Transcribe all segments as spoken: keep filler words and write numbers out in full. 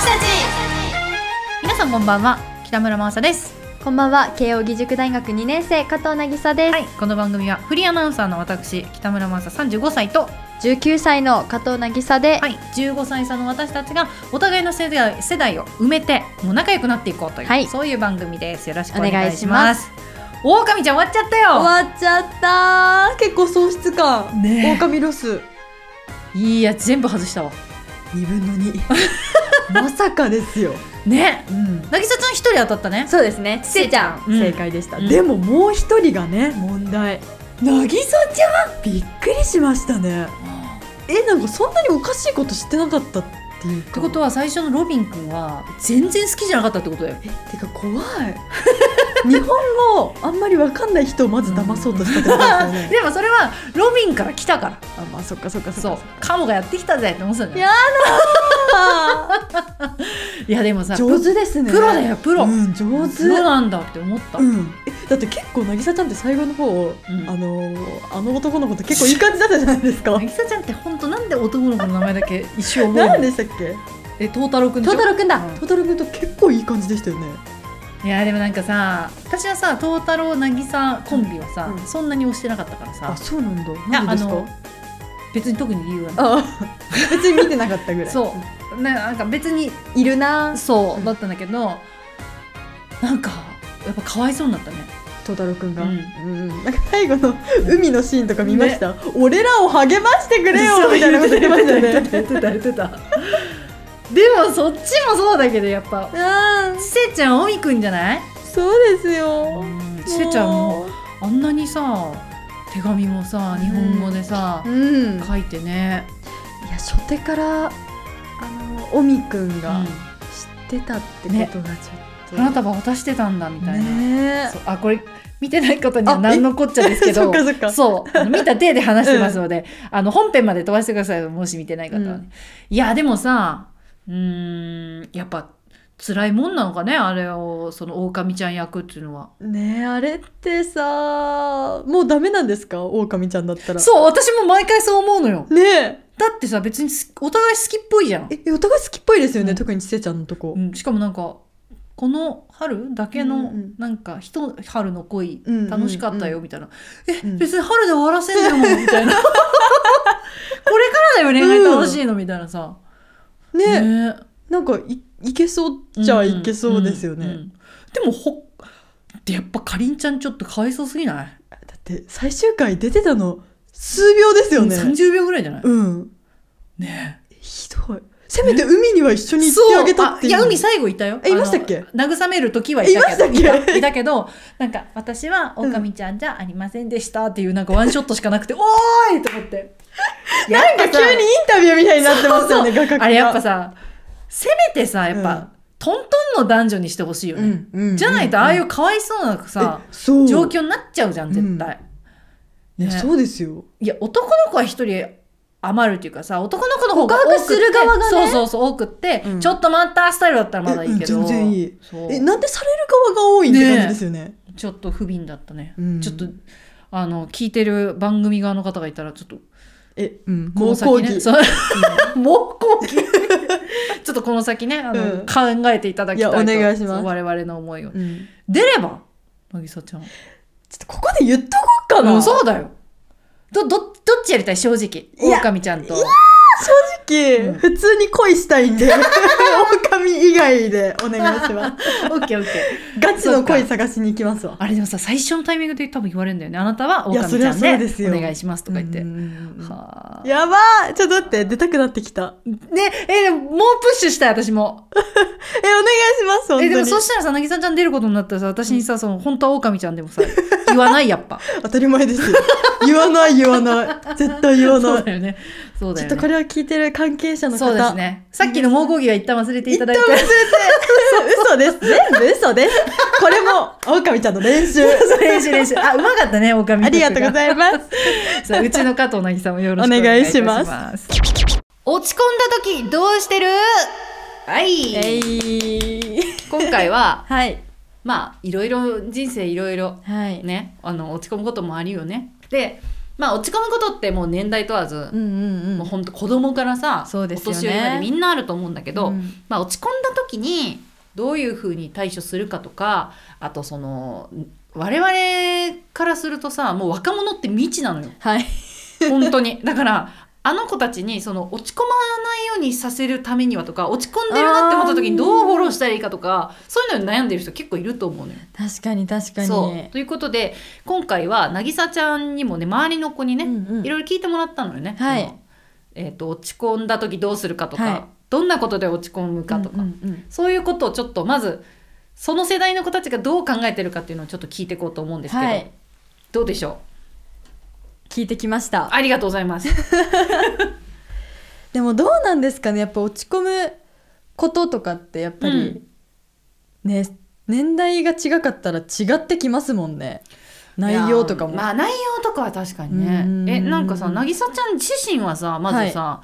私たち。皆さんこんばんは、北村真麻です。 こんばんは、慶應義塾大学にねん生加藤渚です。 はい、この番組はフリーアナウンサーの私北村真麻さんじゅうごさいとじゅうきゅうさいの加藤渚で、 はい、じゅうごさい差の私たちがお互いの世代、世代を埋めてもう仲良くなっていこうという、はい、そういう番組です。よろしくお願いします。オオカミちゃん終わっちゃったよ。 終わっちゃった。結構喪失感、ね、オオカミロス。 いや全部外したわ。 にぶんのにまさかですよね、うん、渚ちゃん一人当たったね。 そうですね、ちせちゃん、うん、正解でした、うん、でももう一人がね問題。渚ちゃんびっくりしましたね。え、なんかそんなにおかしいこと知ってなかったっていうか。 ってことは最初のロビン君は全然好きじゃなかったってことだよ。 え、てか怖い日本語あんまり分かんない人をまず騙そうとしたってことですよね、うん、 でもそれはロビンから来たから。 あ、まあそっかそっかそっか。 そう、カモがやってきたぜって思ってたんだよ。 やだいやでもさ、 上手ですね。 プロだよ、プロ、うん、 上手。 プロなんだって思った、うん、 えだって結構渚ちゃんって最後の方、うん、あのあの男の子と結構いい感じだったじゃないですか。 渚ちゃんって本当なんで男の子の名前だけ一生覚えるの。 何でしたっけ。 え、トータロくん。 トータロくんだ、うん、トータロくんと結構いい感じでしたよね。 いやでもなんかさ、私はさ、トータロ渚コンビはさ、うん、そんなに推してなかったからさ。 あ、そうなんだ。なんでですか。 別に特に理由はない。別に見てなかったぐらい。 そうなんか別にいるな、 そう、うん、だったんだけど、なんかやっぱかわいそうになったね、 トータロくんが、うんうん、 なんか最後の海のシーンとか見ました、ね、俺らを励ましてくれよみたいなこと言ってましたよね。 言ってた言ってたでもそっちもそうだけど、やっぱちせちゃん、おみくんじゃない。 そうですよ。 ちせちゃんもあんなにさ、手紙もさ日本語でさ、うん、書いてね。 いや初手からあのおみくんが知ってたってことがちょっと、ね、 花束渡してたんだみたいな、ね、そう、あ、これ見てない方には何のこっちゃですけど、そっかそっか、そうあの見た手で話してますので、うん、あの本編まで飛ばしてください、もし見てない方はね、うん、いやでもさ、うーん、やっぱ辛いもんなのかね、あれを、その狼ちゃん役っていうのはね。え、あれってさ、もうダメなんですか、狼ちゃんだったら。 そう、私も毎回そう思うのよ。 ねえ、 だってさ、別にお互い好きっぽいじゃん。 え、お互い好きっぽいですよね、うん、特にちせちゃんのとこ、 うん、しかもなんかこの春だけのなんか一春の恋楽しかったよみたいな、うんうんうん、え、別に春で終わらせんじゃんもんみたいなこれからだよ恋愛楽しいのみたいなさ、 うん、ね, ねなんか い, いけそうじゃいけそうですよね、うんうんうん、 でもほでやっぱかりんちゃんちょっとかわいそうすぎない。だって最終回出てたの数秒ですよね、 さんじゅうびょうぐらいじゃない。 うんねえ、 ひどい。せめて海には一緒に行ってあげたっていう。 いや海最後いたよ。 え、いましたっけ。 慰める時はいたけど、 いましたっけ。 いたけど、なんか私は狼ちゃんじゃありませんでしたっていうなんかワンショットしかなくておーいと思ってなんか急にインタビューみたいになってますよね。画角があれやっぱさ、せめてさ、やっぱ、うん、トントンの男女にしてほしいよね、うんうんうん、じゃないとああいうかわいそうなさ、状況になっちゃうじゃん絶対、 うん、ね、そうですよ。 いや男の子は一人余るっていうかさ、男の子の方が多くする側がね、 そうそうそう多くって、うん、ちょっと待ったスタイルだったらまだいいけど、 うん、全然いい。え、なんでされる側が多いって感じですよね。 ちょっと不憫だったね、うん、ちょっとあの聞いてる番組側の方がいたらちょっとえ、うん、この先ね、 猛抗議ちょっとこの先ね、あの、うん、考えていただきたいと。 いやお願いします。 我々の思いを、うん、出れば渚ちゃんちょっとここで言っとこっかな、 うん、そうだよ。ど, ど, どっちやりたい正直。狼ちゃんと。 いや正直、うん、普通に恋したいんで狼以外でお願いしますオッケーオッケー。ガチの恋探しに行きますわ。 あれでもさ、最初のタイミングで多分言われるんだよね。あなたは狼ちゃんでお願いしますとか言って。 はやばー、ちょっと待って、出たくなってきたね。えでももうプッシュしたい私もえお願いします本当に。 えでもそしたらさ、渚ちゃん出ることになったらさ、私にさ、その本当は狼ちゃんでもさ言わない。やっぱ当たり前ですよ言わない言わない絶対言わない。 そうだよね、そうだよね。 ちょっとこれは聞いてる関係者の方、 そうですね、さっきの猛抗議は一旦忘れていただいて。一旦忘れて嘘です、全部嘘ですこれも狼ちゃんの練習練習練習。あ、うまかったね、狼。 ありがとうございますさあうちの加藤渚もよろしくお願いいたします。お願いします。落ち込んだ時どうしてる。はい、えい今回ははいまあいろいろ人生いろいろね、あの落ち込むこともあるよね。でまあ落ち込むことってもう年代問わず、うんうんうん、もうほんと子供からさ、 そうですよね、 お年寄りまでみんなあると思うんだけど、 うん、 まあ、落ち込んだ時にどういうふうに対処するかとか、あとその我々からするとさ、もう若者って未知なのよ、 はい、 本当に。だからあの子たちにその落ち込まないようにさせるためにはとか、落ち込んでるなって思った時にどうフォローしたらいいかとか、そういうのに悩んでる人結構いると思うのよ。 確かに確かに。 そうということで今回はなぎさちゃんにもね、周りの子にね、うんうん、いろいろ聞いてもらったのよね、 はい、 えーと、落ち込んだ時どうするかとか、はい、どんなことで落ち込むかとか、うんうんうん、そういうことをちょっとまずその世代の子たちがどう考えてるかっていうのをちょっと聞いていこうと思うんですけど、はい、どうでしょう。聞いてきました。 ありがとうございますでもどうなんですかね、やっぱ落ち込むこととかってやっぱり、うん、ね、年代が違かったら違ってきますもんね、内容とかも。 まあ内容とかは確かにね。え、なんかさ、なぎさちゃん自身はさ、まずさ、はい、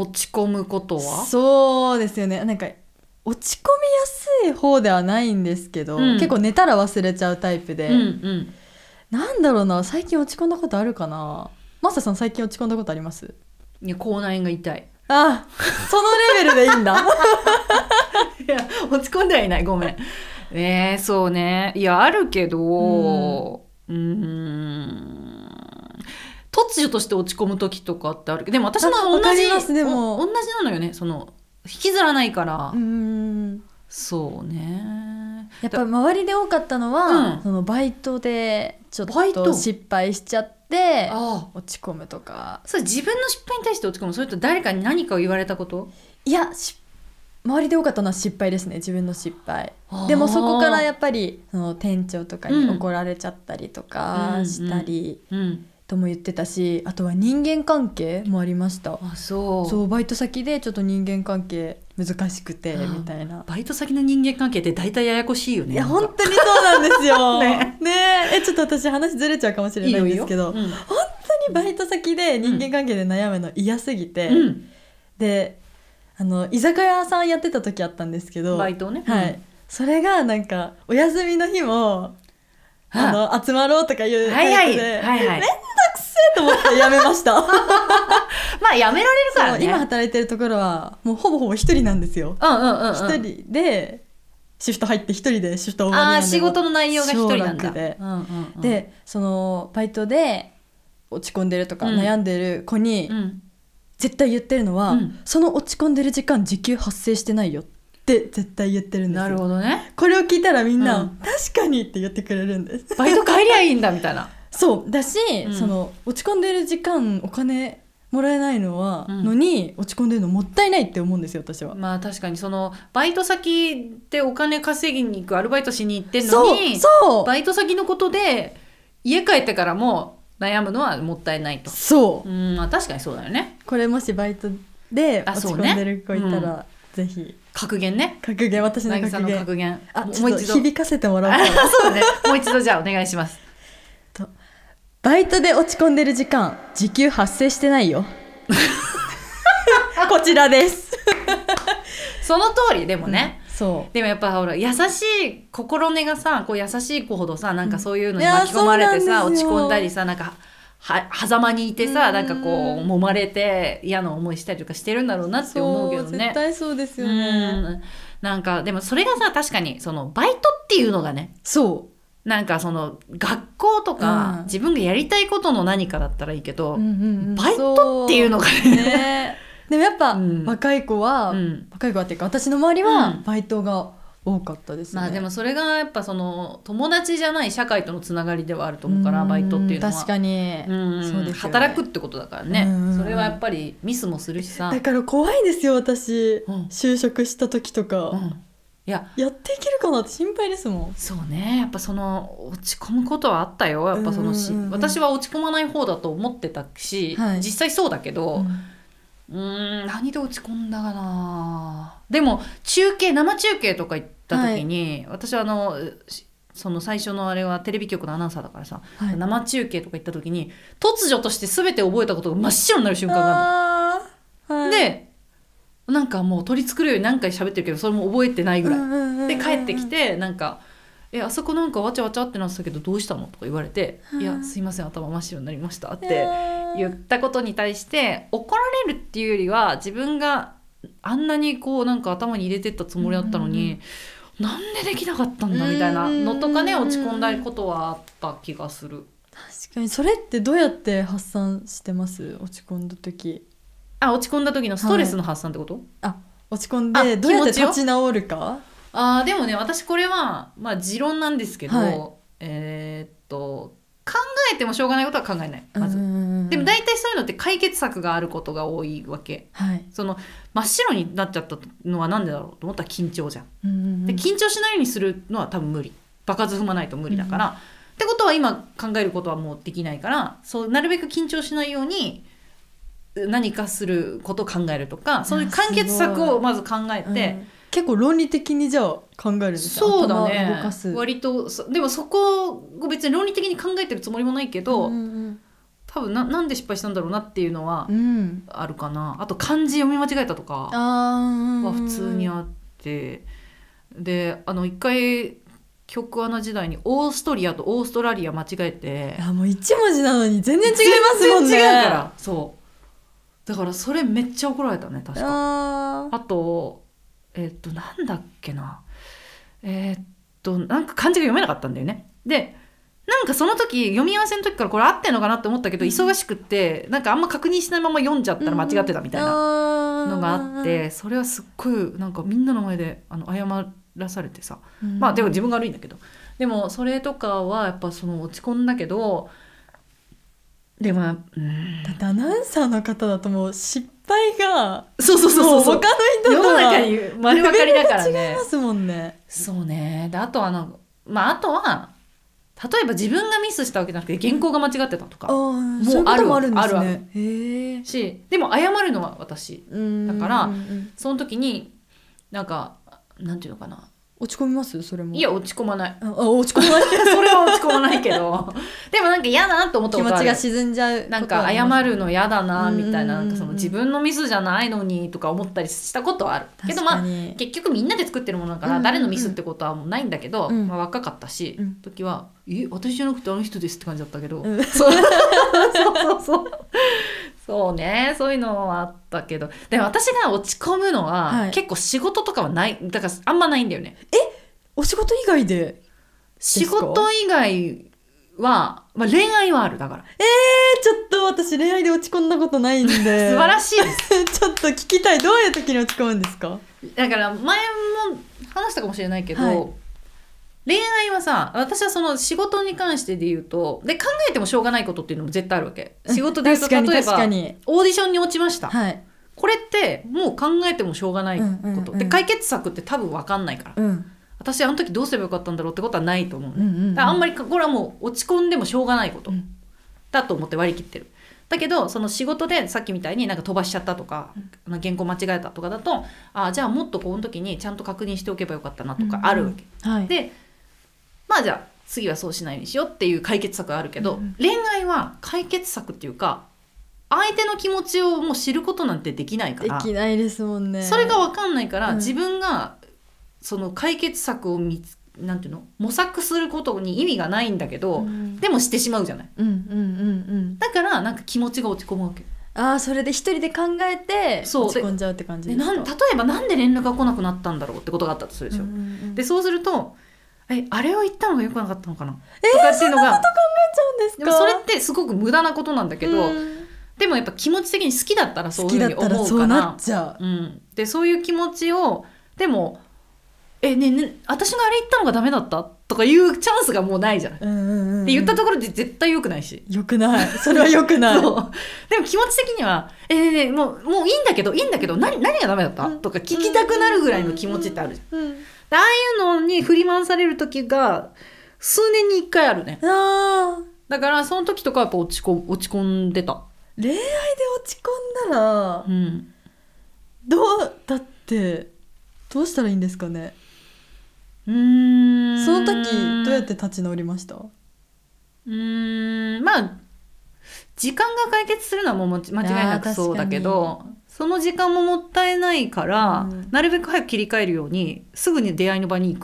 落ち込むことは？ そうですよね、なんか落ち込みやすい方ではないんですけど、うん、結構寝たら忘れちゃうタイプで、うんうん、なんだろうな、最近落ち込んだことあるかな。マサさん最近落ち込んだことあります？ いや、口内炎が痛い。 あ、そのレベルでいいんだいや、落ち込んではいない、ごめん。えー、そうね、いやあるけど、うん、うーん、突如として落ち込む時とかってあるけど、でも私も同じ、同じなのよね、その引きずらないから。うーん、そうね。 やっぱ周りで多かったのは、うん、そのバイトでちょっと失敗しちゃって落ち込むとか。 それ自分の失敗に対して落ち込む？それと誰かに何かを言われたこと？ いや、周りで多かったのは失敗ですね、自分の失敗。でもそこからやっぱりその店長とかに怒られちゃったりとかしたり、うんうんうん、とも言ってたし、あとは人間関係もありました。 あ、そう。 そう、バイト先でちょっと人間関係難しくてみたいな。 バイト先の人間関係って大体ややこしいよね。 いや本当にそうなんですよね, ねえ、ちょっと私話ずれちゃうかもしれないんですけど、いいよ、うん、本当にバイト先で人間関係で悩むの嫌すぎて、うん、であの居酒屋さんやってた時あったんですけど、 バイトね、 はい、うん、それがなんかお休みの日もあの集まろうとかいうタイプで、はいはいはいはい、めんどくせえと思ってやめましたまあやめられるからね。 今働いてるところはもうほぼほぼ一人なんですよ。 うんうんうんうん、 一人でシフト入って一人でシフト終わりなんで、 あ、仕事の内容が一人なんだ。 で、うんうんうん、でそのバイトで落ち込んでるとか悩んでる子に、うんうん、絶対言ってるのは、うん、その落ち込んでる時間時給発生してないよって絶対言ってるんですよ。 なるほどね。 これを聞いたらみんな、うん、確かにって言ってくれるんです。 バイト帰りゃいいんだみたいなそうだし、うん、その落ち込んでる時間お金もらえないのは、うん、のに落ち込んでるのもったいないって思うんですよ、私は。 まあ確かにそのバイト先でお金稼ぎに行くアルバイトしに行ってるのに、 そうそう、 バイト先のことで家帰ってからも悩むのはもったいないと。 そう、 うん、まあ確かにそうだよね。 これもしバイトで落ち込んでる子いたら、ね、うん、ぜひ格言ね。 格言、私の格言。 渚の格言。 あ、ちょっと響かせてもらおうかなそうね。もう一度じゃあお願いしますと、バイトで落ち込んでる時間時給発生してないよこちらですその通り。でもね、 うん、そうでもやっぱほら優しい心根がさ、こう優しい子ほどさ、なんかそういうのに巻き込まれてさ、うん、落ち込んだりさ、なんかは狭間にいてさ、なんかこう揉まれて嫌な思いしたりとかしてるんだろうなって思うけどね。 そう絶対そうですよね。 うん、なんかでもそれがさ、確かにそのバイトっていうのがね、 そうなんかその学校とか、うん、自分がやりたいことの何かだったらいいけど、うんうんうん、バイトっていうのが ね, ねでもやっぱ、うん、若い子は、うん、若い子はっていうか私の周りはバイトが多かったですね。 まあでもそれがやっぱその友達じゃない社会とのつながりではあると思うから、バイトっていうのは確かに、 うん、そうですよね、働くってことだからね。それはやっぱりミスもするしさ。 だから怖いですよ私、うん、就職した時とか、うん、いややっていけるかなって心配ですもん。 そうね、やっぱその落ち込むことはあったよ。やっぱそのし、うんうんうん、私は落ち込まない方だと思ってたし、はい、実際そうだけど、うん、うーん何で落ち込んだかな。でも中継生中継とか行った時に、はい、私はあのその最初のあれはテレビ局のアナウンサーだからさ、はい、生中継とか行った時に突如として全て覚えたことが真っ白になる瞬間がある、はい、でなんかもう取り繕うように何回喋ってるけどそれも覚えてないぐらい、うんうんうんうん、で帰ってきてなんかえあそこなんかわちゃわちゃってなってたけどどうしたのとか言われて、いやすいません頭真っ白になりましたって言ったことに対して怒られるっていうよりは、自分があんなにこうなんか頭に入れてったつもりだったのに、うん、なんでできなかったんだみたいなのとかね、落ち込んだことはあった気がする。 確かに。それってどうやって発散してます？落ち込んだ時。 あ、落ち込んだ時のストレスの発散ってこと？はい、 あ、落ち込んでどうやって立ち直るか。 あ、でもね私これはまあ持論なんですけど、はい、えー、っと考えてもしょうがないことは考えないまず。でも大体そういうのって解決策があることが多いわけ、はい、その真っ白になっちゃったのはなんでだろうと思ったら緊張じゃん、うんうんうん、で緊張しないようにするのは多分無理、場数踏まないと無理だから、うんうん、ってことは今考えることはもうできないから、そうなるべく緊張しないように何かすることを考えるとか、そういう解決策をまず考えて、うん、 結構論理的にじゃあ考えるんですよ。 そうだね、動かす割と。でもそこを別に論理的に考えてるつもりもないけど、うんうん、多分 な, なんで失敗したんだろうなっていうのはあるかな、うん、あと漢字読み間違えたとかは普通にあって、であの一回局アナ時代にオーストリアとオーストラリア間違えて、 いやもう一文字なのに全然違いますもんね。 全然違うから、そうだからそれめっちゃ怒られたね確か。 あ, あとえっとなんだっけな、えー、っとなんか漢字が読めなかったんだよね。でなんかその時読み合わせの時からこれ合ってんのかなって思ったけど、うん、忙しくってなんかあんま確認しないまま読んじゃったら間違ってたみたいなのがあって、うん、それはすっごいなんかみんなの前であの謝らされてさ、うん、まあでも自分が悪いんだけど、でもそれとかはやっぱその落ち込んだけど、でも、うん、 だってアナウンサーの方だともう失敗がそうそうそうそう、 他の人とは世の中に丸分かりだからね。 違いますもんね。 そうね。であとはなんかまああとは例えば自分がミスしたわけじゃなくて原稿が間違ってたとか、 うん、もうあるもあるんですね。あるあるへえ。しでも謝るのは私だからその時になんかなんていうのかな、 落ち込みます？それも。 いや落ち込まない。 あ落ち込まないそれは落ち込まないけどでもなんか嫌だなと思ったことある。 気持ちが沈んじゃう。 なんか謝るの嫌だなみたいな、なんかその自分のミスじゃないのにとか思ったりしたことはあるけど、まあ結局みんなで作ってるものだから誰のミスってことはもうないんだけど、うんまあ、若かったし、うん、時はえ私じゃなくてあの人ですって感じだったけど、うん、そうそうそうそうそうね、そういうのはあったけど、でも私が落ち込むのは、はい、結構仕事とかはない、だからあんまないんだよね。 えお仕事以外で仕事以外は、まあ、恋愛はある。だからえー、ちょっと私恋愛で落ち込んだことないんで素晴らしいですちょっと聞きたい。どういう時に落ち込むんですか？ だから前も話したかもしれないけど、はい、恋愛はさ、私はその仕事に関してで言うとで考えてもしょうがないことっていうのも絶対あるわけ。仕事で言うと例えばオーディションに落ちました、はい、これってもう考えてもしょうがないこと、うんうんうん、で解決策って多分分かんないから、うん、私あの時どうすればよかったんだろうってことはないと思う、うんうんうん、だからあんまりこれはもう落ち込んでもしょうがないことだと思って割り切ってる。だけどその仕事でさっきみたいになんか飛ばしちゃったとか、うん、原稿間違えたとかだとあじゃあもっとこの時にちゃんと確認しておけばよかったなとかあるわけ、うんうんはい、でまあじゃあ次はそうしないようにしようっていう解決策はあるけど、うん、恋愛は解決策っていうか相手の気持ちをもう知ることなんてできないからできないですもんね。 それが分かんないから、うん、自分がその解決策を見つなんていうの模索することに意味がないんだけど、うん、でもしてしまうじゃない、うんうんうんうん、だからなんか気持ちが落ち込むわけ。 ああそれで一人で考えて落ち込んじゃうって感じですか？ でなん例えばなんで連絡が来なくなったんだろうってことがあったとするでしょ、うんうんうん、でそうするとえあれを言ったのが良くなかったのかな、 えー、 とかっていうのがそんなこと考えちゃうんですか？ でもそれってすごく無駄なことなんだけど、うん、でもやっぱ気持ち的に好きだったらそういうふうに思うからそうなっちゃう、 うん、でそういう気持ちをでもえねね私があれ言ったのがダメだったとかいうチャンスがもうないじゃない、うんうんうん、で言ったところで絶対良くないし良くないそれは良くないそうでも気持ち的にはえー、ねもうもういいんだけどいいんだけど何何がダメだった、うん、とか聞きたくなるぐらいの気持ちってあるじゃん、うんうんうん、ああいうのに振り回される時が数年にいっかいあるね。あだからその時とかやっぱ落ち込落ち込んでた。 恋愛で落ち込んだら、うん、どうだってどうしたらいいんですかね。うーんその時どうやって立ち直りました？うーんまあ時間が解決するのはもう間違いなくそうだけどその時間ももったいないから、うん、なるべく早く切り替えるようにすぐに出会いの場に行く。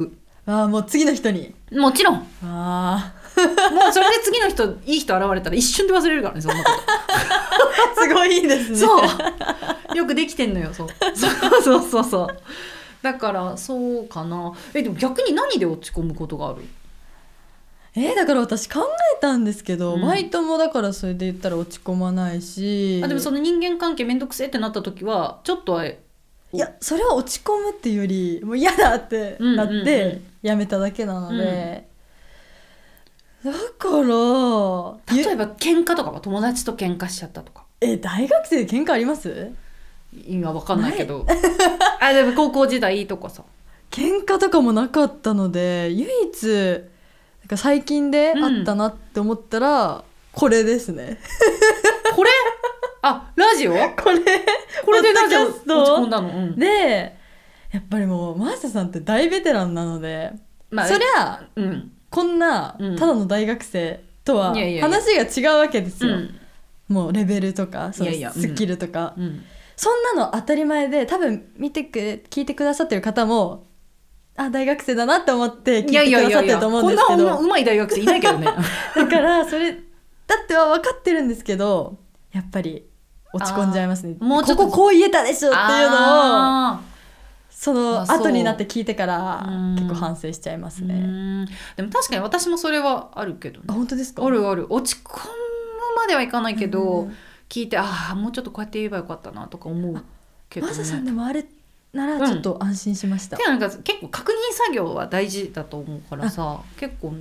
あもう次の人にもちろんあもうそれで次の人いい人現れたら一瞬で忘れるからねそんなことすごいいいですね。 そうよくできてんのよ。そうそうそうそうそうだからそうかな。えでも逆に何で落ち込むことがある？ えー、だから私考えたんですけど、 うん、 バイトもだからそれで言ったら落ち込まないし。 あでもその人間関係めんどくせえってなった時はちょっとはいやそれは落ち込むっていうよりもう嫌だってなってやめただけなので、うんうんうん、だから例えば喧嘩とかは友達と喧嘩しちゃったとか。 え大学生で喧嘩あります？ 今わかんないけどあでも高校時代とかさ喧嘩とかもなかったので唯一なんか最近であったなって思ったら、うん、これですねこれあラジオこれこれでラジオ落ち込んだの、うん、 でやっぱりもうマーサさんって大ベテランなので、まあ、そりゃ、うん、こんなただの大学生とは話が違うわけですよ、うん、もうレベルとかそのスキルとか、うんうん、そんなの当たり前で多分見てく聞いてくださってる方もあ大学生だなって思って聞いてくださってると思うんですけど、いやいやいやいやこんなうまい大学生いないけどねだからそれだっては分かってるんですけどやっぱり落ち込んじゃいますね。もうちょっとこここう言えたでしょっていうのをその後になって聞いてから結構反省しちゃいますね。 うんでも確かに私もそれはあるけど、ね、 あ本当ですか？ あるある。落ち込むまではいかないけど聞いてああもうちょっとこうやって言えばよかったなとか思うけどね。 マサさんでもあれならちょっと安心しました、 うん、なんか結構確認作業は大事だと思うからさ結構、うん、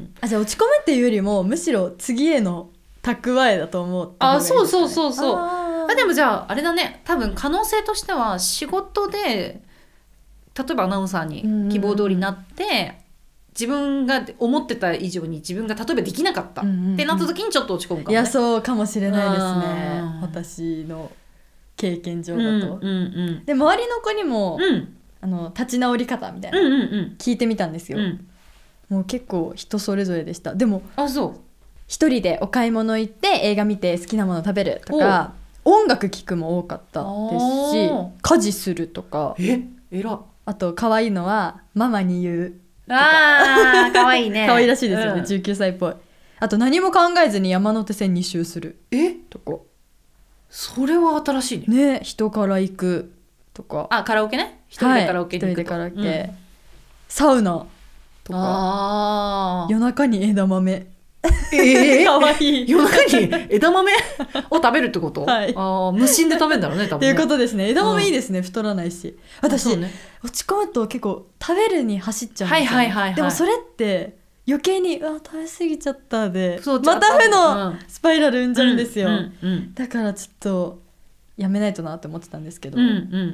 あじゃあ落ち込むっていうよりもむしろ次への蓄えだと思う、ね、 あそうそうそうそうああでもじゃああれだね多分可能性としては仕事で例えばアナウンサーに希望通りになって、うんうん、自分が思ってた以上に自分が例えばできなかった、うんうんうん、ってなった時にちょっと落ち込むかもね。 いやそうかもしれないですね私の経験上だと、うんうんうん、で周りの子にも、うん、あの立ち直り方みたいな、うんうんうん、聞いてみたんですよ、うん、もう結構人それぞれでした。でもあそう一人でお買い物行って映画見て好きなもの食べるとか音楽聴くも多かったですし家事するとかええらあと可愛いのはママに言うとかあー可愛いね可愛らしいですよね、うん、じゅうきゅうさいっぽい。あと何も考えずに山手線に周するえとかそれは新しいね。ね人から行くとかあカラオケね一人でカラオケに行くと、 はい、一人でカラオケ、うん、サウナとかあ夜中に枝豆えー、かわいい夜中に枝豆を食べるってこと、はい、あ無心で食べるんだろうね多分ねっていうことですね。枝豆いいですね、うん、太らないし私、ね、落ち込むと結構食べるに走っちゃうんですよ、ねはいはいはいはい、でもそれって余計にうわ食べ過ぎちゃったでまた負のスパイラル生んじゃうんですよ、うんうんうん、だからちょっとやめないとなって思ってたんですけど、うんうん、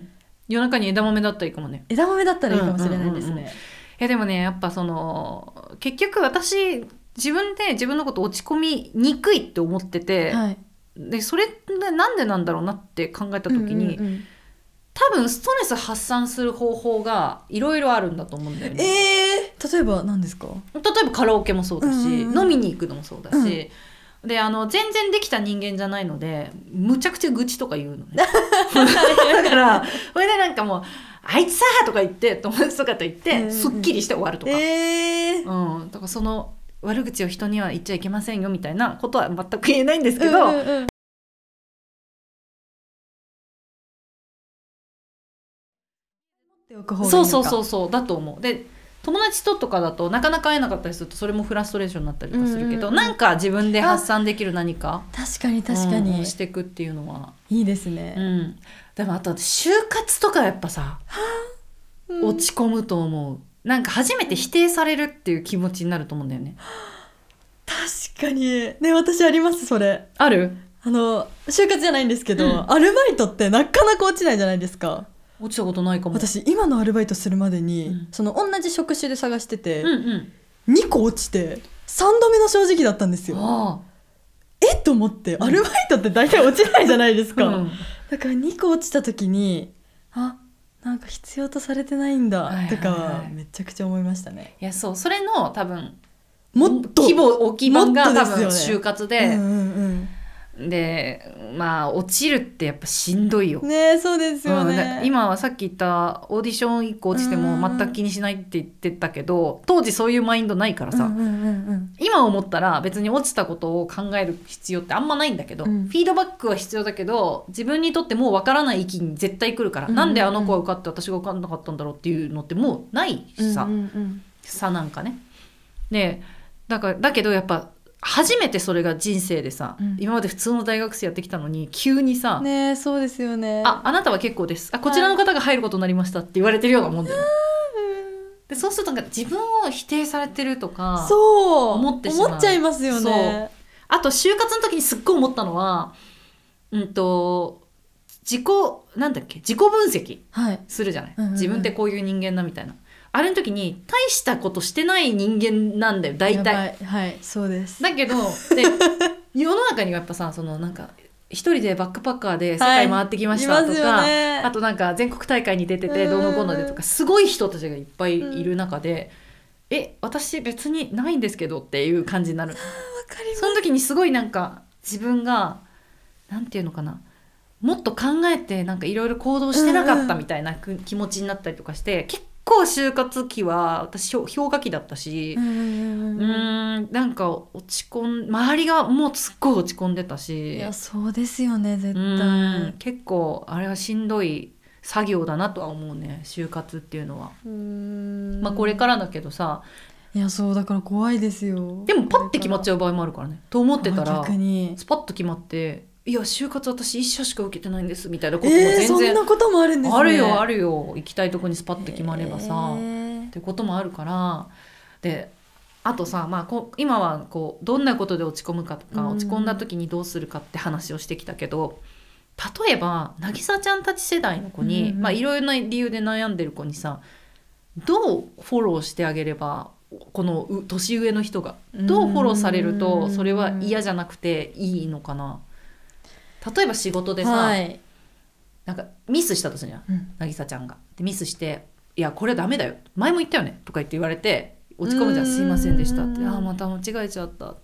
夜中に枝豆だったらいいかもね。 枝豆だったらいいかもしれないですね、うんうんうんうん、いやでもねやっぱその結局私自分で自分のこと落ち込みにくいって思ってて、はい、でそれでなんでなんだろうなって考えた時に、うんうんうん、多分ストレス発散する方法がいろいろあるんだと思うんだよね。 えー、例えば何ですか？ 例えばカラオケもそうだし、うんうん、飲みに行くのもそうだし、うん、であの全然できた人間じゃないのでむちゃくちゃ愚痴とか言うのねだからそれでなんかもうあいつさとか言って友達とかと言って、うんうん、すっきりして終わるとか、えーうん、だからその悪口を人には言っちゃいけませんよみたいなことは全く言えないんですけど、うんうんうん、そうそうそうそうだと思う。で友達ととかだとなかなか会えなかったりするとそれもフラストレーションになったりとかするけど、うんうんうん、なんか自分で発散できる何か確かに確かに、 うん、していくっていうのはいいですね、 うん、でもあと就活とかやっぱさ、うん、落ち込むと思う。なんか初めて否定されるっていう気持ちになると思うんだよね。 確かにね私ありますそれ。 ある？ あの就活じゃないんですけど、うん、アルバイトってなかなか落ちないじゃないですか。 落ちたことないかも。 私今のアルバイトするまでに、うん、その同じ職種で探してて、うんうん、にこ落ちてさんどめの正直だったんですよ。あえっと思って、うん、アルバイトって大体落ちないじゃないですか、うん、だからにこ落ちた時にあなんか必要とされてないんだとかはめちゃくちゃ思いましたね。 いやそうそれの多分もっと規模大きい版が多分就活で、 うんうんうん、 でまあ落ちるってやっぱしんどいよね。そうですよね、 うん、今はさっき言ったオーディションいっこ落ちても全く気にしないって言ってたけど、当時そういうマインドないからさ、うんうんうんうん、今思ったら別に落ちたことを考える必要ってあんまないんだけど、うん、フィードバックは必要だけど自分にとってもう分からない域に絶対来るから、うんうんうん、なんであの子は受かって私が受かんなかったんだろうっていうのってもうないしさ、うんうんうん、さなんかね。でだからだけどやっぱ初めてそれが人生でさ、うん、今まで普通の大学生やってきたのに急にさ、 ね、そうですよね。 あ、あなたは結構です、あ、こちらの方が入ることになりましたって言われてるようなもんだよね、でそうするとなんか自分を否定されてるとかそう思ってしまう、 思っちゃいますよね。 あと就活の時にすっごい思ったのは、うんと自己なんだっけ自己分析するじゃない、はい、うんうんうん、自分ってこういう人間だみたいな、あれの時に大したことしてない人間なんだよ大体。 はい、そうです。 だけどで世の中にはやっぱさ、そのなんか一人でバックパッカーで世界回ってきましたとか、はいね、あとなんか全国大会に出ててどうのこうのでとかすごい人たちがいっぱいいる中で、うん、え私別にないんですけどっていう感じになる。わかります。その時にすごいなんか自分がなんていうのかな、もっと考えてなんかいろいろ行動してなかったみたいな気持ちになったりとかして、結構結構就活期は私氷河期だったし、うーん、なんか落ち込ん周りがもうすっごい落ち込んでたし、 いやそうですよね絶対。 結構あれはしんどい作業だなとは思うね、就活っていうのは。うーん、まあこれからだけどさ、 いやそうだから怖いですよ。 でもパッて決まっちゃう場合もあるからね、と思ってたら逆にスパッと決まって、いや就活私一社しか受けてないんですみたいなことも全然、えー、 そんなこともあるんですね。 あるよあるよ、行きたいとこにスパッと決まればさ、えー、ってこともあるから。であとさ、まあ、こ今はこうどんなことで落ち込むかとか、うん、落ち込んだ時にどうするかって話をしてきたけど、例えば渚ちゃんたち世代の子に、うん、まあ、いろいろな理由で悩んでる子にさ、どうフォローしてあげれば、この年上の人がどうフォローされるとそれは嫌じゃなくていいのかな。例えば仕事でさ、はい、なんかミスしたとするじゃん、うん、渚ちゃんがでミスして、いやこれダメだよ前も言ったよねとか言って言われて落ち込むじゃん、すいませんでしたって、あまた間違えちゃったって、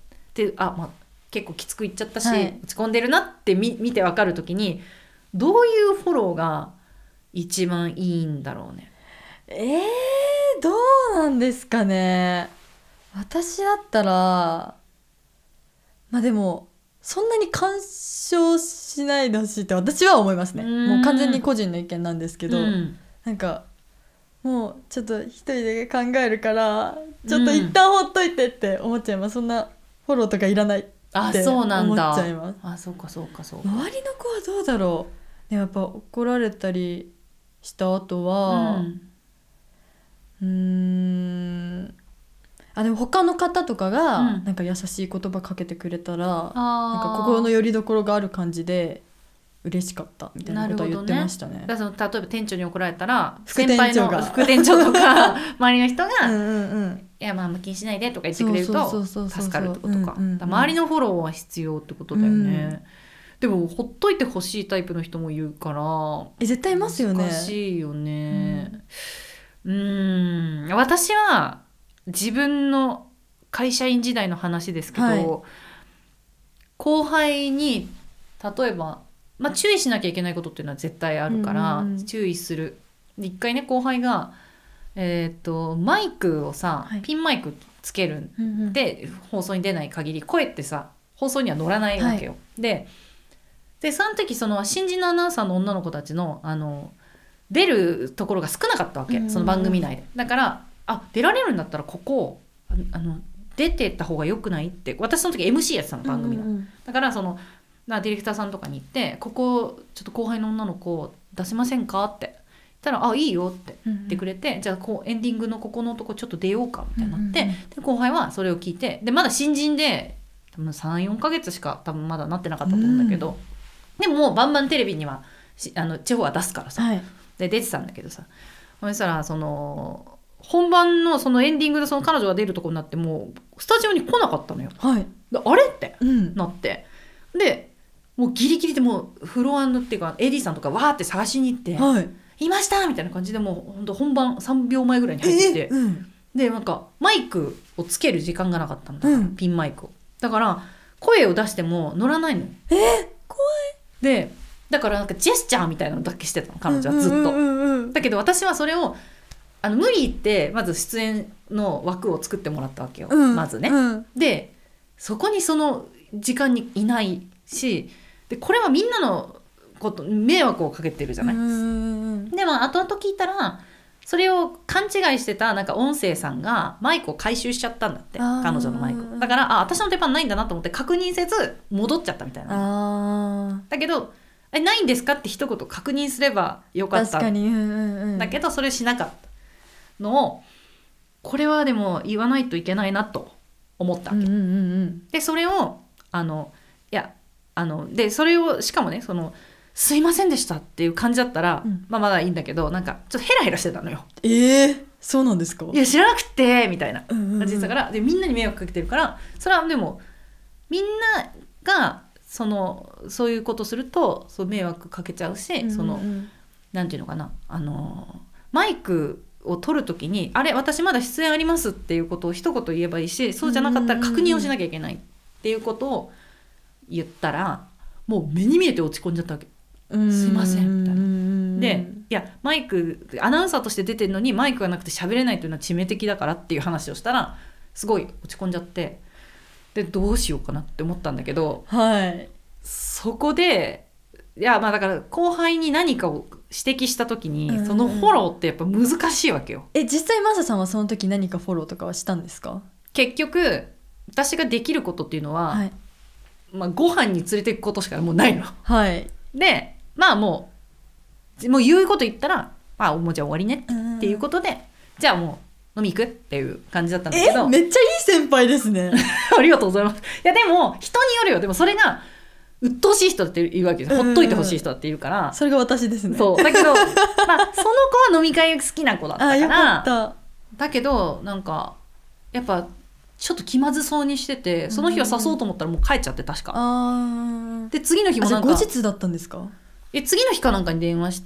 あ、まあ、結構きつく言っちゃったし、はい、落ち込んでるなって見、見て分かるときにどういうフォローが一番いいんだろうね。 えー、どうなんですかね。私だったらまあでもそんなに干渉しないでほしいって私は思いますね。もう完全に個人の意見なんですけど、うん、なんかもうちょっと一人で考えるからちょっと一旦ほっといてって思っちゃいます、うん、そんなフォローとかいらないって思っちゃいます。あ、そうなんだ。 あ、そうかそうかそうか。 周りの子はどうだろう。でもやっぱ怒られたりした後は、うん、うーんあでも他の方とかがなんか優しい言葉かけてくれたら、うん、なんか心の拠り所がある感じで嬉しかったみたいなことは言ってましたね。 だからその例えば店長に怒られたら副店長が副店長とか周りの人がうんうん、うん、いやまあ気にしないでとか言ってくれると助かるってことか。周りのフォローは必要ってことだよね、うん、でもほっといてほしいタイプの人もいるからえ絶対いますよね。 難しいよね。うん、うーん私は自分の会社員時代の話ですけど、はい、後輩に例えば、まあ、注意しなきゃいけないことっていうのは絶対あるから、うんうんうん、注意する。一回ね後輩が、えー、とマイクをさ、はい、ピンマイクつけるんで、うんうん、放送に出ない限り声ってさ放送には乗らないわけよ、はい、で, でその時その新人のアナウンサーの女の子たちの、あの出るところが少なかったわけ、うんうん、その番組内で。だからあ出られるんだったらここあの出てった方がよくないって私その時 エムシー やってたの番組の、うんうん、だからそのディレクターさんとかに行ってここちょっと後輩の女の子出せませんかって言ったらあいいよって言ってくれて、うんうん、じゃあこうエンディングのここのとこちょっと出ようかみたいになって、うんうん、で後輩はそれを聞いてでまだ新人で多分 さん,よん ヶ月しか多分まだなってなかったと思うんだけど、うん、でももうバンバンテレビにはあの地方は出すからさ、はい、で出てたんだけどさそしたらその本番のそのエンディングでその彼女が出るとこになってもうスタジオに来なかったのよ、はい、あれって、うん、なってでもうギリギリでもうフロアのっていうか エーディー さんとかわーって探しに行って、はい、いましたみたいな感じでもうほんと本番さんびょうまえぐらいに入ってきて、うん、でなんかマイクをつける時間がなかったんだ、うん、ピンマイクをだから声を出しても乗らないの。 えー、怖い。 でだからなんかジェスチャーみたいなのだけしてたの彼女はずっと、うんうんうんうん、だけど私はそれをあの無理言ってまず出演の枠を作ってもらったわけよ、うん、まずね、うん、でそこにその時間にいないし、でこれはみんなのこと迷惑をかけてるじゃない、うん、でも後々聞いたらそれを勘違いしてたなんか音声さんがマイクを回収しちゃったんだって、彼女のマイクだから、あ私の出番ないんだなと思って確認せず戻っちゃったみたいな。だけどえないんですかって一言確認すればよかった。確かに、うんうんうん、だけどそれしなかったのを、これはでも言わないといけないなと思ったわけ、うんうんうん、でそれをあのいやあのでそれをしかもねそのすいませんでしたっていう感じだったら、うん、まあまだいいんだけどなんかちょっとヘラヘラしてたのよ。 えー、そうなんですか。 いや知らなくてみたいな感じだから、でみんなに迷惑かけてるからそれはでもみんながそのそういうことするとそう迷惑かけちゃうし、うんうんうん、そのなんていうのかなあのマイクを取るときにあれ私まだ出演ありますっていうことを一言言えばいいし、そうじゃなかったら確認をしなきゃいけないっていうことを言ったらもう目に見えて落ち込んじゃったわけ。すいませんみたいな。でいやマイクアナウンサーとして出てるのにマイクがなくて喋れないというのは致命的だからっていう話をしたらすごい落ち込んじゃって、でどうしようかなって思ったんだけど、 はい、 そこでいやまあだから後輩に何かを指摘した時にそのフォローってやっぱ難しいわけよ。 え実際マサさんはその時何かフォローとかはしたんですか？ 結局私ができることっていうのは、はい、まあ、ご飯に連れていくことしかもうないの、 はい、 でまあもうもう言うこと言ったらまあもうじゃあ終わりねっていうことで、じゃあもう飲み行くっていう感じだったんだけど。 えめっちゃいい先輩ですねありがとうございます。いやでも人によるよ。でもそれが鬱陶しい人だって言うわけです。ほっといてほしい人だっているから、 それが私ですね。 そうだけど、まあ、その子は飲み会好きな子だったから、 あよかった。 だけどなんかやっぱちょっと気まずそうにしてて、その日は誘おうと思ったらもう帰っちゃって確か。あで次の日もなんか後日だったんですか？ え次の日かなんかに電話して、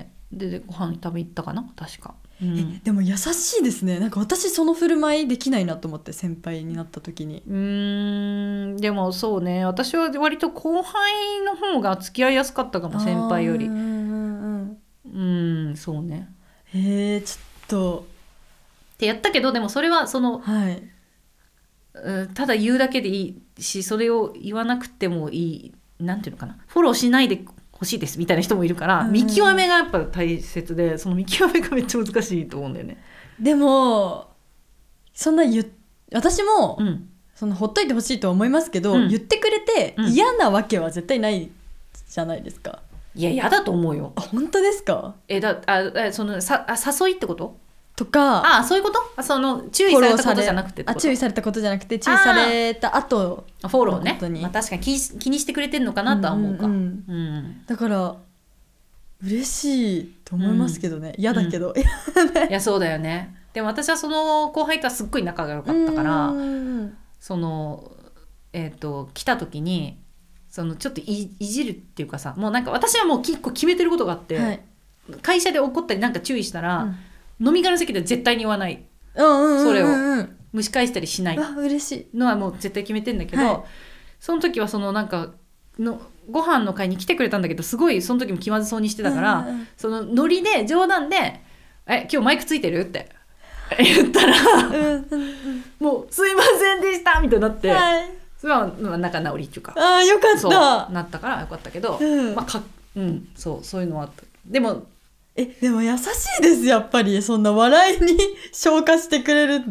うん、でご飯食べ行ったかな確か、うん、 えでも優しいですね。なんか私その振る舞いできないなと思って、先輩になった時に。 うーんでもそうね、私は割と後輩の方が付き合いやすかったかも、先輩より。うんうんうんそうね。 へえちょっとってやったけど、でもそれはその、 はい、 うんただ言うだけでいいし、それを言わなくてもいい、なんていうのかな、フォローしないで欲しいですみたいな人もいるから、うん、見極めがやっぱ大切で、その見極めがめっちゃ難しいと思うんだよね。 でもそんな言私も、うん、そのほっといてほしいとは思いますけど、うん、言ってくれて嫌なわけは絶対ないじゃないですか。 いや嫌だと思うよ。 あ本当ですか？ えだあそのさあ誘いってこととか、 あそういうこと？あその注意されたことじゃなくてってこと？ あ注意されたことじゃなくて注意された後フォローね、まあ、確かに気気にしてくれてるのかなとは思うか、うんうんうん、だから嬉しいと思いますけどね、うん、嫌だけど、うん、いやそうだよね。でも私はその後輩とはすっごい仲が良かったから、うんそのえっ、ー、と来た時にそのちょっと い, いじるっていうかさ、もうなんか私はもう結構決めてることがあって、はい、会社で怒ったりなんか注意したら、うん、飲み会の席で絶対に言わない、うんうんうんうん、それを蒸し返したりしないのはもう絶対決めてんだけど、はい、その時はそのなんかのご飯の会に来てくれたんだけど、すごいその時も気まずそうにしてたから、うんうん、そのノリで冗談でえ今日マイクついてるって言ったらうんうん、うん、もうすいませんでしたみたいになって、はい、それは仲直りっていうか、 あーよかったそうなったからよかったけど、うんまあかうん、そうそういうのはあった。でもえでも優しいですやっぱり、そんな笑いに消化してくれるって、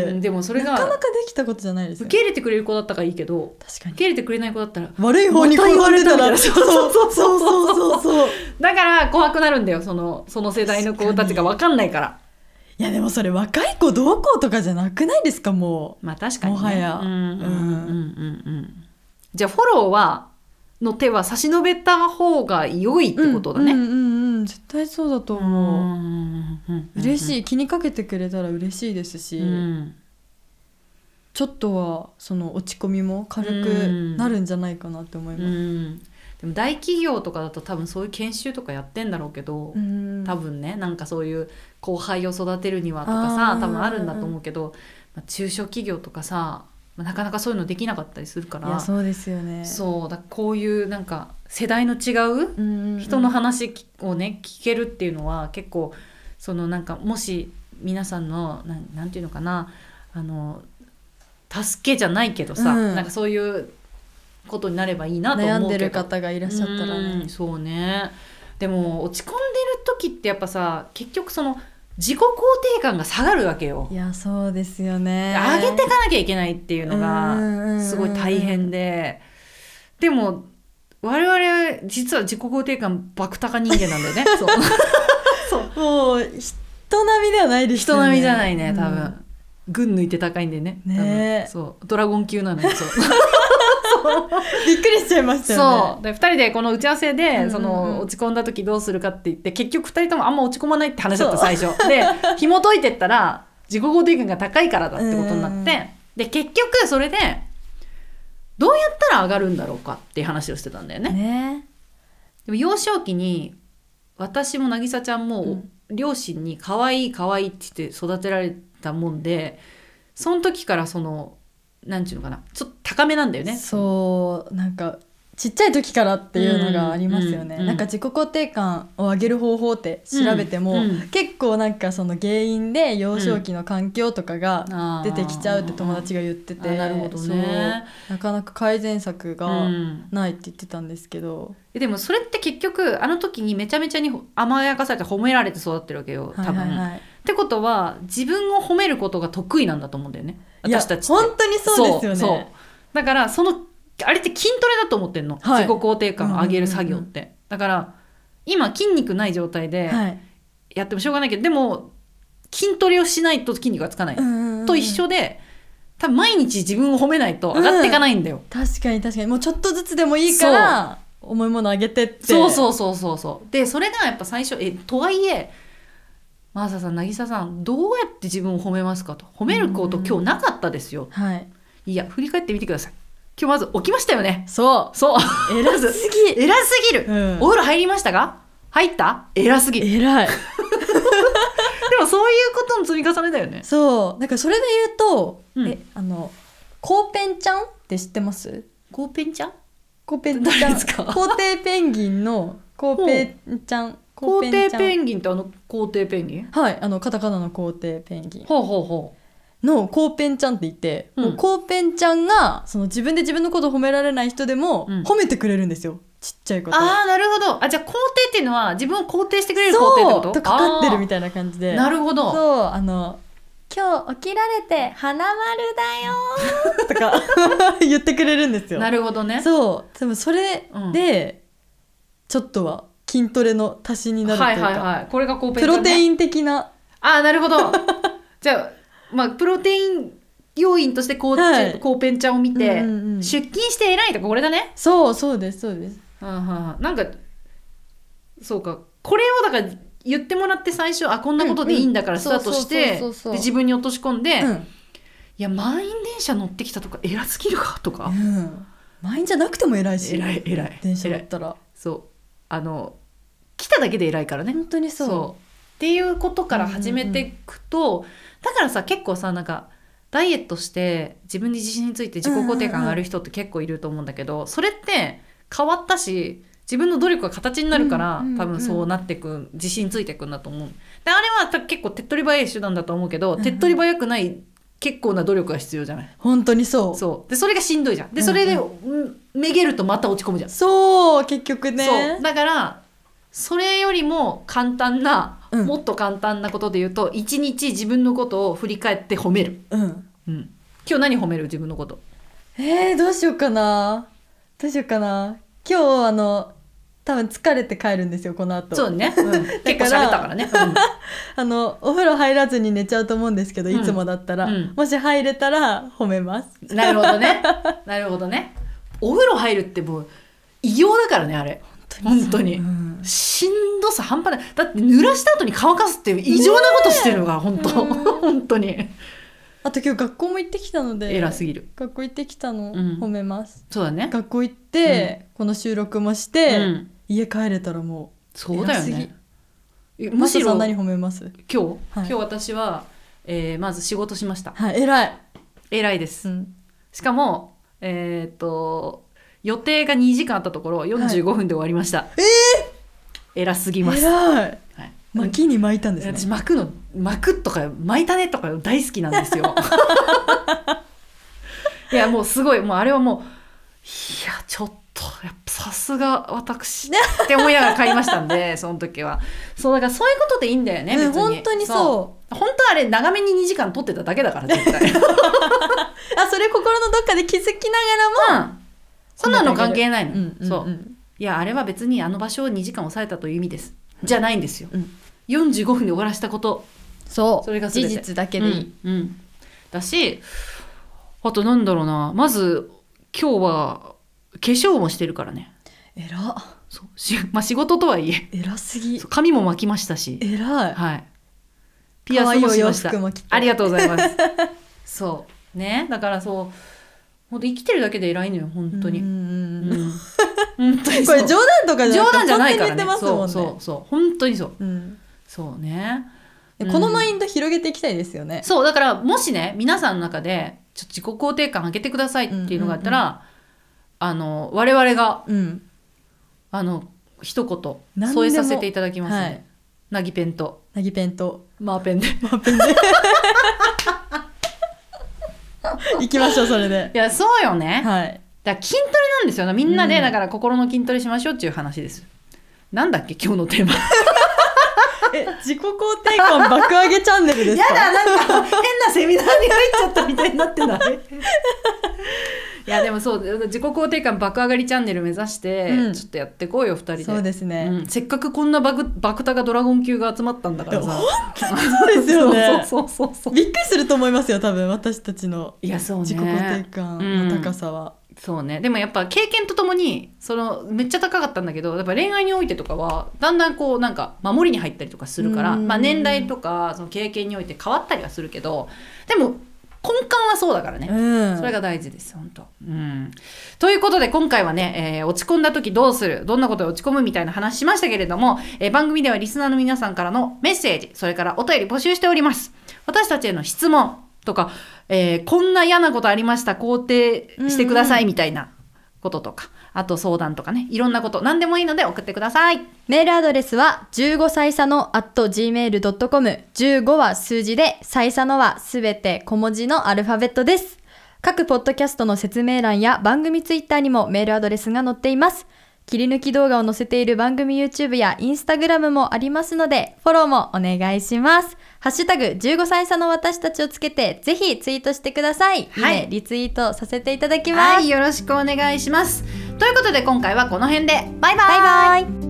うん、でもそれがなかなかできたことじゃないですよ。 受け入れてくれる子だったからいいけど、 確かに受け入れてくれない子だったら悪い方に転がれたら、そうそうそうそうそうそうだから怖くなるんだよ、そのその世代の子たちが分かんないから。 いやでもそれ若い子どうこうとかじゃなくないですか、もう。 まあ確かに、ね、 もはや。 うんうんうんうんうん。じゃあフォローはの手は差し伸べた方が良いってことだね。 うんうんうんうん、絶対そうだと思う。うんうんうん、嬉しい、気にかけてくれたら嬉しいですし、うん、ちょっとはその落ち込みも軽くなるんじゃないかなって思います。うん、 でも大企業とかだと多分そういう研修とかやってんだろうけど、うん、多分ねなんかそういう後輩を育てるにはとかさ多分あるんだと思うけど、まあ、中小企業とかさまあ、なかなかそういうのできなかったりするから。 いやそうですよね。 そうだ、こういうなんか世代の違う人の話をね聞けるっていうのは結構そのなんかもし皆さんのなん、なんていうのかな、あの助けじゃないけどさ、うん、なんかそういうことになればいいなと思うけど、 悩んでる方がいらっしゃったらね。 うん、そうね。でも落ち込んでる時ってやっぱさ、結局その自己肯定感が下がるわけよ。 いやそうですよね。 上げていかなきゃいけないっていうのがすごい大変で、でも我々実は自己肯定感爆高人間なんだよね。そうそうもう人並みではないですよね。 人並みじゃないね多分、うん、群抜いて高いんでね。 ね、 そうドラゴン級なのよ。そうびっくりしちゃいましたよね。 そうでふたりでこの打ち合わせで、うんうん、その落ち込んだ時どうするかって言って結局ふたりともあんま落ち込まないって話だった最初で紐解いてったら自己肯定感が高いからだってことになって、うん、で結局それでどうやったら上がるんだろうかっていう話をしてたんだよね。 ね、 でも幼少期に私も渚ちゃんも両親に可愛い可愛いって言って育てられたもんで、その時からそのなんていうのかな、ちょっと高めなんだよね。 そうなんかちっちゃい時からっていうのがありますよね、うんうん、なんか自己肯定感を上げる方法って調べても、うんうん、結構なんかその原因で幼少期の環境とかが出てきちゃうって友達が言ってて、うん、 なるほどね。 なかなか改善策がないって言ってたんですけど、 うん、でもそれって結局あの時にめちゃめちゃに甘やかされて褒められて育ってるわけよ多分、はいはいはい、ってことは自分を褒めることが得意なんだと思うんだよね私たちって。 本当にそうですよね。 そうそうだからそのあれって筋トレだと思ってんの、はい、自己肯定感を上げる作業って、うんうんうん、だから今筋肉ない状態でやってもしょうがないけど、はい、でも筋トレをしないと筋肉がつかない、うんうんうん、と一緒で多分毎日自分を褒めないと上がっていかないんだよ、うん、 確かに確かにもうちょっとずつでもいいから重いもの上げてって。 そうそうそうそうそうでそれがやっぱ最初えとはいえ真麻さん渚さんどうやって自分を褒めますかと。褒めること今日なかったですよ、 はい、 いや振り返ってみてください。今日まず起きましたよね。 そうそう偉すぎ偉すぎる、うん、お風呂入りましたか。入った偉すぎる偉いでもそういうことの積み重ねだよね。 そうなんかそれで言うと、うん、えあのコウペンちゃんって知ってます？ コウペンちゃんコウペンちゃんですか？コウテイペンギンのコウペンちゃん。 コウテイペンギンってあのコウテイペンギン？ はいあのカタカナのコウテイペンギンほうほうほうのコウペンちゃんって言って、うん、もうコウペンちゃんがその自分で自分のことを褒められない人でも褒めてくれるんですよ、うん、ちっちゃいこと。 ああなるほど。あじゃあ肯定っていうのは自分を肯定してくれる肯定ってこと？ そうとかかってるみたいな感じで。 なるほど。 そうあの今日起きられて花丸だよとか言ってくれるんですよ。 なるほどね。 そうでもそれで、うん、ちょっとは筋トレの足しになるというか、 はいはいはい、これがコウペンちゃん、ね、プロテイン的な。 あなるほどじゃあまあ、プロテイン要因としてコウ、はい、コウペンちゃんを見て、うんうんうん、出勤して偉いとかこれだね。 そうそうですそうです、 はあはあ、なんかそうかこれをだから言ってもらって最初あこんなことでいいんだからスタートして自分に落とし込んで、うん、いや満員電車乗ってきたとか偉すぎるかとか、うん、 満員じゃなくても偉いし偉い偉い電車乗ったらそうあの来ただけで偉いからね。 本当にそう、 そうっていうことから始めていくと、うんうんうん、だからさ結構さなんかダイエットして自分に自信について自己肯定感がある人って結構いると思うんだけど、うんうんうん、それって変わったし自分の努力が形になるから、うんうんうん、多分そうなってく自信ついてくんだと思う。であれは結構手っ取り早い手段だと思うけど、うんうん、手っ取り早くない結構な努力が必要じゃない。 本当にそうそうでそれがしんどいじゃん。でそれで、うんうん、めげるとまた落ち込むじゃん。 そう結局ね。 そうだからそれよりも簡単な、うん、もっと簡単なことで言うと一日自分のことを振り返って褒める、 うんうん、今日何褒める自分のこと。 えー、どうしようかなどうしようかな今日あの多分疲れて帰るんですよこの後。 そうね、うん、結構喋ったからね、うん、 あのお風呂入らずに寝ちゃうと思うんですけど、うん、いつもだったら、うん、もし入れたら褒めます。 なるほどねなるほどね。お風呂入るってもう異様だからねあれ本当に、うん、しんどさ半端ない。だって濡らした後に乾かすっていう異常なことしてるのが、ね、本当、うん、本当に。 あと今日学校も行ってきたので偉すぎる。 学校行ってきたの、 うん、 褒めます。 そうだね。 学校行って、うん、この収録もして、うん、家帰れたらもうそうだよね。 むしろ何褒めます？ 今日、はい、今日私は、えー、まず仕事しました。 はい偉い偉いです、 うん、 しかもえー、っと予定がにじかんあったところよんじゅうごふんで終わりました、はい、えー、偉すぎます。 偉い、はい、巻きに巻いたんですね。 私巻くの巻くとか巻いたねとか大好きなんですよいやもうすごいもうあれはもういやちょっとやっぱさすが私って思いながら買いましたんでその時はそうだからそういうことでいいんだよね、別に本当にそう本当はあれ長めににじかん撮ってただけだから絶対あそれ心のどっかで気づきながらも、うん、 そんなの関係ないの、 うんうんうん、 そういやあれは別にあの場所をにじかん抑えたという意味ですじゃないんですよ、うん、よんじゅうごふんで終わらせたこと、 そうそれが全て事実だけでいい、 うんうん、だしあとなんだろうな、まず今日は化粧もしてるからね。 えらそうし、まあ、仕事とはいええらすぎ、 髪も巻きましたし、 えらい、 はい、ピアスもしました。 も着てありがとうございますそうね、だからそう本当生きてるだけで偉いのよ本当に。うんうん本当にこれ冗談とかじゃなくて冗談じゃないからね。 本当に言ってますもんね。 そうそうそう本当にそう、 うん、 そうね、 このマインド広げていきたいですよね、うん、 そうだからもしね皆さんの中でちょっと自己肯定感上げてくださいっていうのがあったら、うんうんうん、あの我々が、うん、あの一言添えさせていただきますね、はい、なぎペンとなぎペンとマーペンでマーペンで行きましょうそれで。 いやそうよね、 はい、 だから筋トレなんですよみんなで、うん、だから心の筋トレしましょうっていう話です。なんだっけ今日のテーマえ自己肯定感爆上げチャンネルですか？ やだなんか変なセミナーに入っちゃったみたいになってないいやでもそう自己肯定感爆上がりチャンネル目指して、うん、ちょっとやってこうよふたりで。 そうですね、 うん、せっかくこんなバクバクタがドラゴン級が集まったんだからさ。 本当にそうですよねそうそうそうそうびっくりすると思いますよ多分私たちのいやそう、ね、 自己肯定感の高さは、 うん、そうね。でもやっぱ経験とともにそのめっちゃ高かったんだけどやっぱ恋愛においてとかはだんだんこうなんか守りに入ったりとかするから、まあ、年代とかその経験において変わったりはするけどでも根幹はそうだからね、うん、それが大事です本当、うん、ということで今回はね、えー、落ち込んだ時どうするどんなことで落ち込むみたいな話しましたけれども、えー、番組ではリスナーの皆さんからのメッセージそれからお便り募集しております。私たちへの質問とか、えー、こんな嫌なことありました肯定してくださいみたいなこととか、うんうんあと相談とかねいろんなこと何でもいいので送ってください。 メールアドレスはじゅうごさい差の アットジーメールドットコム じゅうごは数字で歳差のはすべて小文字のアルファベットです。各ポッドキャストの説明欄や番組ツイッターにもメールアドレスが載っています。切り抜き動画を載せている番組 YouTube や Instagram もありますのでフォローもお願いします。ハッシュタグじゅうごさい差の私たちをつけてぜひツイートしてください。はい、いいね、リツイートさせていただきます。 はい、よろしくお願いします。ということで今回はこの辺でバイバイ。 バイバイ。